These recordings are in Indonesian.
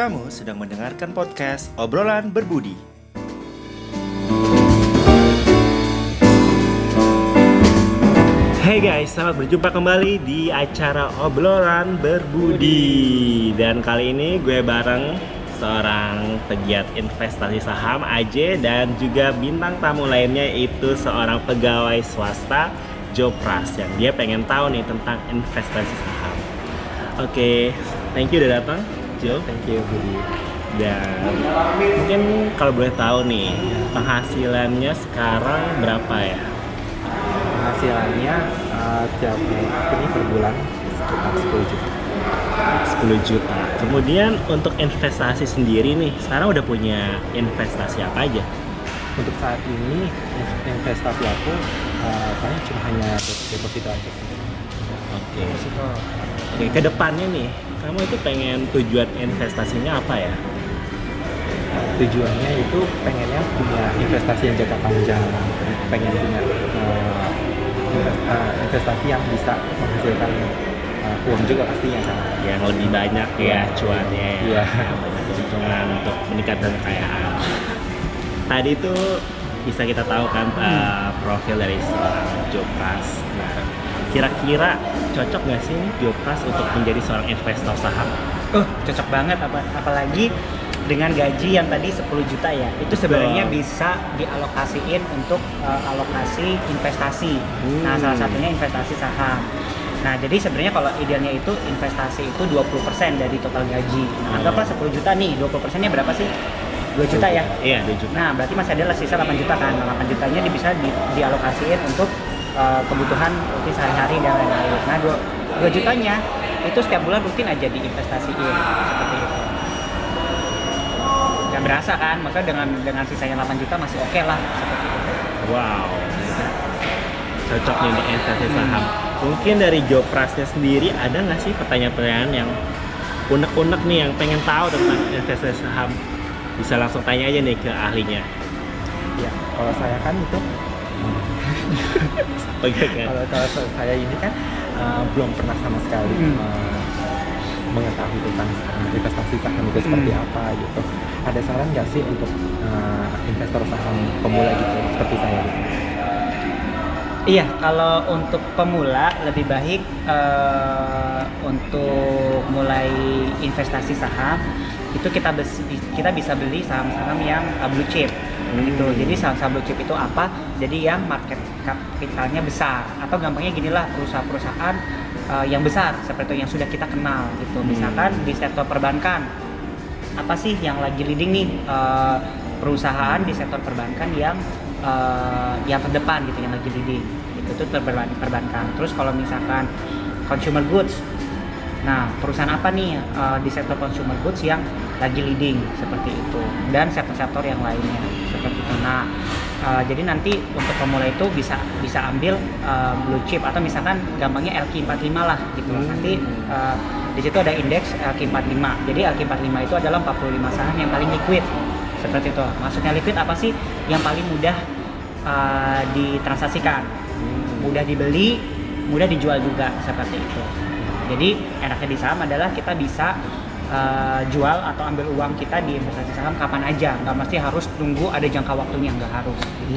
Kamu sedang mendengarkan podcast Obrolan Berbudi. Hey guys, selamat berjumpa kembali di acara Obrolan Berbudi. Dan kali ini gue bareng seorang pegiat investasi saham AJ dan juga bintang tamu lainnya yaitu seorang pegawai swasta Jopras yang dia pengen tahu nih tentang investasi saham. Oke, thank you udah datang, Jo. Thank you, Budi. Dan mungkin kalau boleh tahu nih penghasilannya sekarang berapa ya? Penghasilannya tiap ini per bulan sekitar 10 juta. 10 juta. Kemudian untuk investasi sendiri nih, sekarang udah punya investasi apa aja? Untuk saat ini investasi aku paling cuma hanya deposito aja. Oke. Oke, ke depannya nih, kamu itu pengen tujuan investasinya apa ya? Tujuannya itu pengennya punya investasi yang jangka panjang, pengen punya investasi yang bisa menghasilkan uang juga pastinya kan. Yang lebih banyak ya cuannya, Iya. banyak keuntungan untuk meningkatkan kekayaan. Tadi itu bisa kita tahu kan profil dari seorang Jopras. Nah, kira-kira cocok nggak sih Jopras untuk menjadi seorang investor saham? Cocok banget, apalagi dengan gaji yang tadi 10 juta ya, itu sebenarnya bisa dialokasiin untuk alokasi investasi. Nah, salah satunya investasi saham. Nah, jadi sebenarnya kalau idealnya itu investasi itu 20% dari total gaji. Nah, anggaplah 10 juta nih, 20%-nya berapa sih? 2 juta ya? Iya, 2 juta. Nah, berarti masih ada sisa 8 juta kan. Nah, 8 jutanya bisa dialokasiin untuk kebutuhan rutin sehari-hari dan lain-lain. Nah, 2 jutanya itu setiap bulan rutin aja diinvestasiin seperti itu. Gak berasa kan, maksudnya dengan sisanya 8 juta masih oke lah seperti itu. Wow, cocok nih untuk investasi saham. Mungkin dari Joprasnya sendiri ada nggak sih pertanyaan-pertanyaan yang unek-unek nih yang pengen tahu tentang investasi saham? Bisa langsung tanya aja nih ke ahlinya. Ya, kalau saya kan itu kalau saya ini kan belum pernah sama sekali mengetahui tentang investasi saham itu seperti apa gitu. Ada saran nggak sih untuk investor saham pemula gitu seperti saya gitu? Iya, kalau untuk pemula lebih baik untuk mulai investasi saham itu kita bisa beli saham-saham yang blue chip gitu. Jadi saham-saham blue chip itu apa? Jadi yang market kapitalnya besar, atau gampangnya ginilah, perusahaan-perusahaan yang besar seperti yang sudah kita kenal gitu. Misalkan di sektor perbankan, apa sih yang lagi leading nih, perusahaan di sektor perbankan yang terdepan gitu, yang lagi leading itu perbankan. Terus kalau misalkan consumer goods, nah perusahaan apa nih di sektor consumer goods yang lagi leading seperti itu, dan sektor-sektor yang lainnya seperti itu. Nah, jadi nanti untuk pemula itu bisa ambil blue chip, atau misalkan gampangnya LQ45 lah gitu. Nanti di situ ada indeks LQ45. Jadi LQ45 itu adalah 45 saham yang paling liquid seperti itu. Maksudnya liquid apa sih? Yang paling mudah ditransaksikan, mudah dibeli, mudah dijual juga seperti itu. Jadi enaknya di saham adalah kita bisa jual atau ambil uang kita di investasi saham kapan aja, nggak mesti harus tunggu ada jangka waktunya, nggak harus gitu.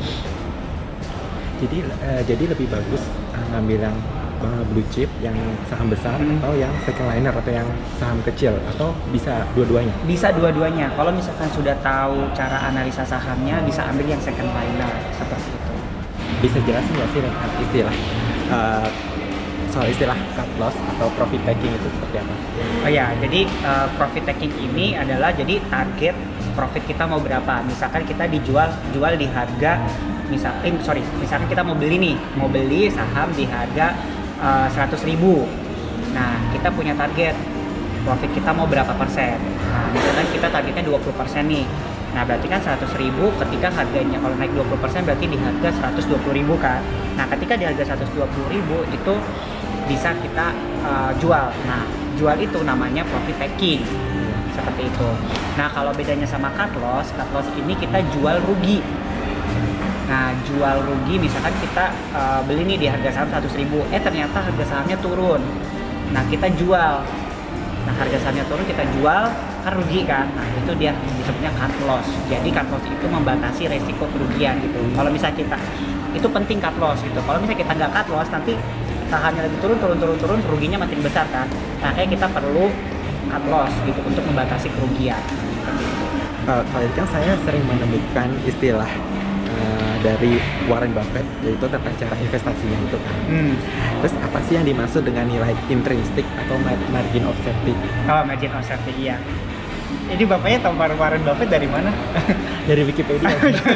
Jadi lebih bagus ngambil yang blue chip, yang saham besar, atau yang second liner, atau yang saham kecil, atau bisa dua-duanya? Bisa dua-duanya. Kalau misalkan sudah tahu cara analisa sahamnya, bisa ambil yang second liner seperti itu. Bisa jelasin nggak sih dengan istilah soal istilah cut loss atau profit taking itu seperti apa? Oh ya, jadi profit taking ini adalah jadi target profit kita mau berapa. Misalkan kita jual di harga misalkan kita mau beli saham di harga 100.000. Nah, kita punya target profit kita mau berapa persen. Nah, misalkan kita targetnya 20% nih. Nah, berarti kan 100.000 ketika harganya kalau naik 20% berarti di harga 120.000 kan. Nah, ketika di harga 120.000 itu bisa kita jual. Nah, jual itu namanya profit taking seperti itu. Nah, kalau bedanya sama cut loss ini kita jual rugi. Nah, jual rugi misalkan kita beli nih di harga saham 100.000, ternyata harga sahamnya turun. Nah, kita jual. Nah, harga sahamnya turun, kita jual. kan rugi kan. Nah itu dia disebutnya cut loss. Jadi cut loss itu membatasi resiko kerugian gitu. Kalau misalnya kita itu penting cut loss gitu. Kalau misalnya kita nggak cut loss, nanti sahamnya lagi turun, ruginya makin besar kan. Makanya kita perlu cut loss gitu untuk membatasi kerugian. Kalau itu kan saya sering menemukan istilah dari Warren Buffett, yaitu tentang cara investasinya itu kan. Terus apa sih yang dimaksud dengan nilai intrinsik atau margin of safety? Oh, margin of safety, iya. Jadi bapaknya tahu Warren Buffett dari mana? Dari Wikipedia.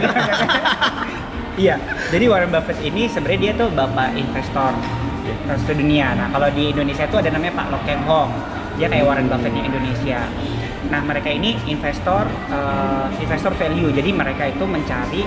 Iya, jadi Warren Buffett ini sebenarnya dia tuh bapak investor sedunia. Nah, kalau di Indonesia tuh ada namanya Pak Lok Keng Hong. Dia kayak Warren Buffettnya Indonesia. Nah, mereka ini investor value. Jadi mereka itu mencari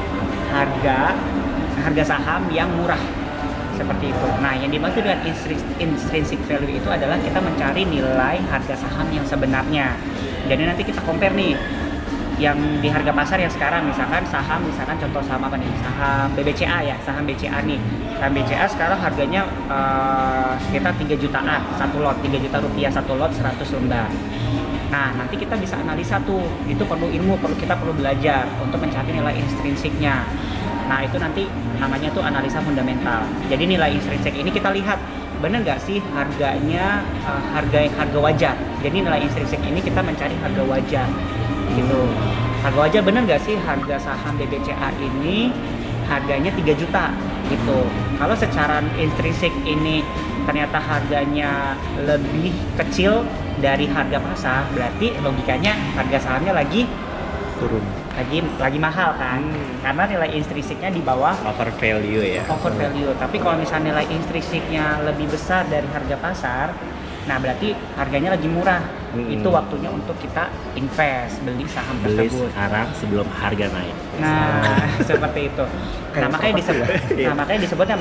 harga saham yang murah seperti itu. Nah, yang dimaksud dengan intrinsic value itu adalah kita mencari nilai harga saham yang sebenarnya. Jadi nanti kita compare nih yang di harga pasar yang sekarang, misalkan contoh saham apa nih, saham BBCA ya, saham BCA nih. Saham BCA sekarang harganya sekitar 3 jutaan satu lot, 3 juta rupiah satu lot 100 lembar. Nah, nanti kita bisa analisa tuh, itu perlu ilmu, kita perlu belajar untuk mencari nilai intrinsiknya. Nah, itu nanti namanya tuh analisa fundamental. Jadi nilai intrinsik ini kita lihat benar nggak sih harganya harga wajar. Jadi nilai intrinsik ini kita mencari harga wajar gitu. Harga wajar benar nggak sih harga saham BBCA ini harganya 3 juta gitu. Kalau secara intrinsik ini ternyata harganya lebih kecil dari harga pasar, berarti logikanya harga sahamnya lagi turun, lagi mahal kan, karena nilai intrinsiknya di bawah Over value ya. over value. Tapi kalau misalnya nilai intrinsiknya lebih besar dari harga pasar, nah berarti harganya lagi murah. Itu waktunya untuk kita invest, beli saham Beli tersebut sekarang sebelum harga naik. Nah, seperti itu. Nah, makanya disebutnya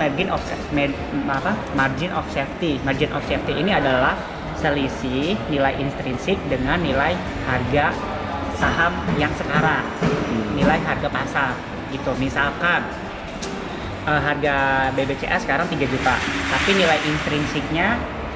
margin of safety. Margin of safety ini adalah selisih nilai intrinsik dengan nilai harga saham yang sekarang, nilai harga pasar gitu. Misalkan harga BBCA sekarang 3 juta, tapi nilai intrinsiknya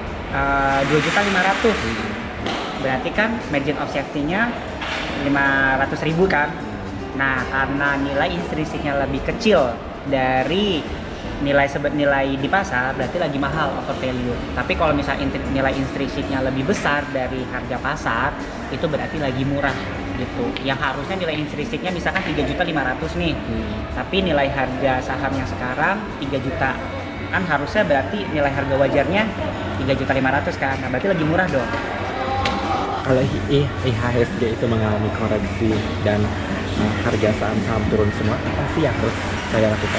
2.500.000. Berarti kan margin of safety-nya 500.000 kan. Nah, karena nilai intrinsiknya lebih kecil dari nilai di pasar, berarti lagi mahal, over value. Tapi kalau misalnya nilai intrinsiknya lebih besar dari harga pasar, itu berarti lagi murah gitu. Yang harusnya nilai intrinsiknya misalkan 3.500.000 nih. Tapi nilai harga sahamnya sekarang 3 juta. Kan harusnya berarti nilai harga wajarnya 3.500.000 kan. Nah, berarti lagi murah dong. Kalau IHSG itu mengalami koreksi dan harga saham-saham turun semua, apa sih yang harus saya lakukan?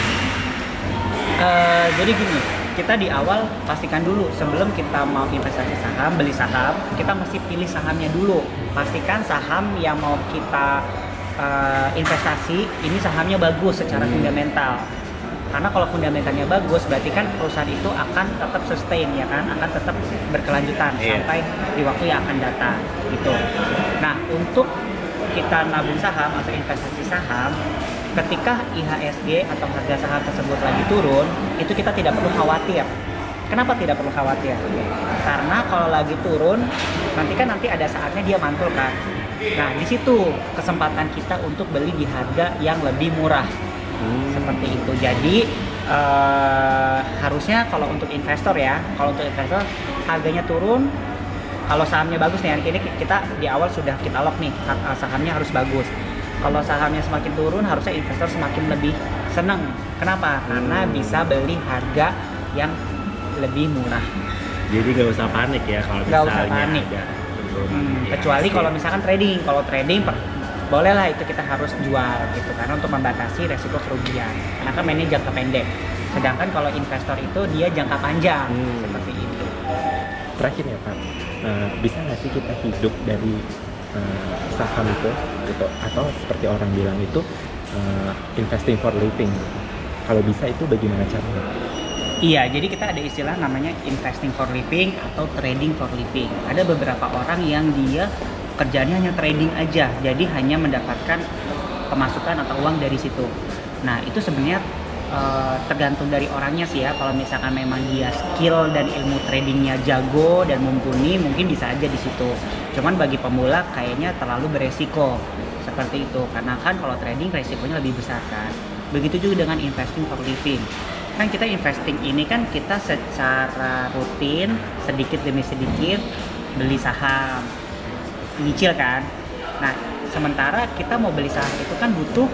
Jadi gini, kita di awal pastikan dulu sebelum kita mau investasi saham, beli saham, kita mesti pilih sahamnya dulu. Pastikan saham yang mau kita investasi ini sahamnya bagus secara fundamental. Karena kalau fundamentalnya bagus, berarti kan perusahaan itu akan tetap sustain ya kan, akan tetap berkelanjutan sampai di waktu yang akan datang gitu. Nah, untuk kita nabung saham atau investasi saham, ketika IHSG atau harga saham tersebut lagi turun, itu kita tidak perlu khawatir. Kenapa tidak perlu khawatir? Karena kalau lagi turun, nanti ada saatnya dia mantul kan. Nah, di situ kesempatan kita untuk beli di harga yang lebih murah. Seperti itu. Jadi harusnya kalau untuk investor harganya turun, kalau sahamnya bagus nih, ini kita di awal sudah kita lock nih, sahamnya harus bagus. Kalau sahamnya semakin turun, harusnya investor semakin lebih senang. Kenapa? Karena bisa beli harga yang lebih murah. Jadi nggak usah panik ya kalau misalnya ada turun. Kecuali kalau misalkan trading, bolehlah itu kita harus jual gitu, karena untuk membatasi resiko kerugian. Karena kan mainnya jangka pendek. Sedangkan kalau investor itu dia jangka panjang, seperti itu. Terakhir ya Pak, bisa nggak sih kita hidup dari saham itu gitu? Atau seperti orang bilang itu investing for living gitu. Kalau bisa itu bagaimana caranya? Iya, jadi kita ada istilah namanya investing for living atau trading for living. Ada beberapa orang yang dia kerjanya hanya trading aja, jadi hanya mendapatkan pemasukan atau uang dari situ. Nah, itu sebenarnya tergantung dari orangnya sih ya. Kalau misalkan memang dia skill dan ilmu tradingnya jago dan mumpuni, mungkin bisa aja di situ. Cuman bagi pemula kayaknya terlalu beresiko seperti itu, karena kan kalau trading resikonya lebih besar kan. Begitu juga dengan investing for living. Kan kita investing ini kan kita secara rutin sedikit demi sedikit beli saham, nyicil kan. Nah, sementara kita mau beli saham itu kan butuh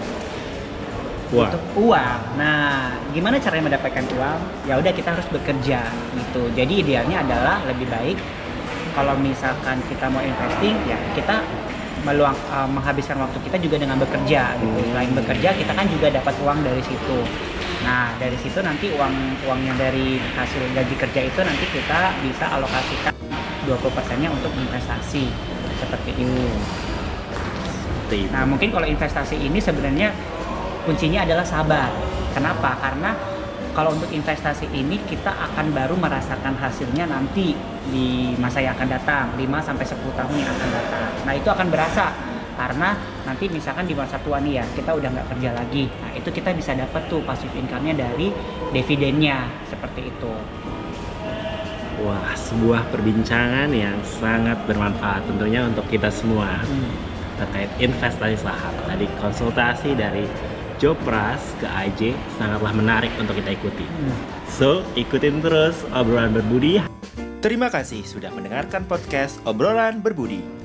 uang. Nah, gimana caranya mendapatkan uang? Ya udah, kita harus bekerja gitu. Jadi idealnya adalah lebih baik kalau misalkan kita mau investing, ya kita menghabiskan waktu kita juga dengan bekerja gitu. Selain bekerja, kita kan juga dapat uang dari situ. Nah, dari situ nanti uangnya dari hasil gaji kerja itu nanti kita bisa alokasikan 20%-nya untuk investasi seperti itu. Nah, mungkin kalau investasi ini sebenarnya kuncinya adalah sabar. Kenapa? Karena kalau untuk investasi ini kita akan baru merasakan hasilnya nanti di masa yang akan datang, 5-10 tahun yang akan datang. Nah, itu akan berasa karena nanti misalkan di masa tua nih ya, kita udah nggak kerja lagi. Nah, itu kita bisa dapat tuh passive income-nya dari dividennya, seperti itu. Wah, sebuah perbincangan yang sangat bermanfaat tentunya untuk kita semua terkait investasi saham. Tadi konsultasi dari Jopras ke AJ sangatlah menarik untuk kita ikuti. So, ikutin terus obrolan berbudi. Terima kasih sudah mendengarkan podcast Obrolan Berbudi.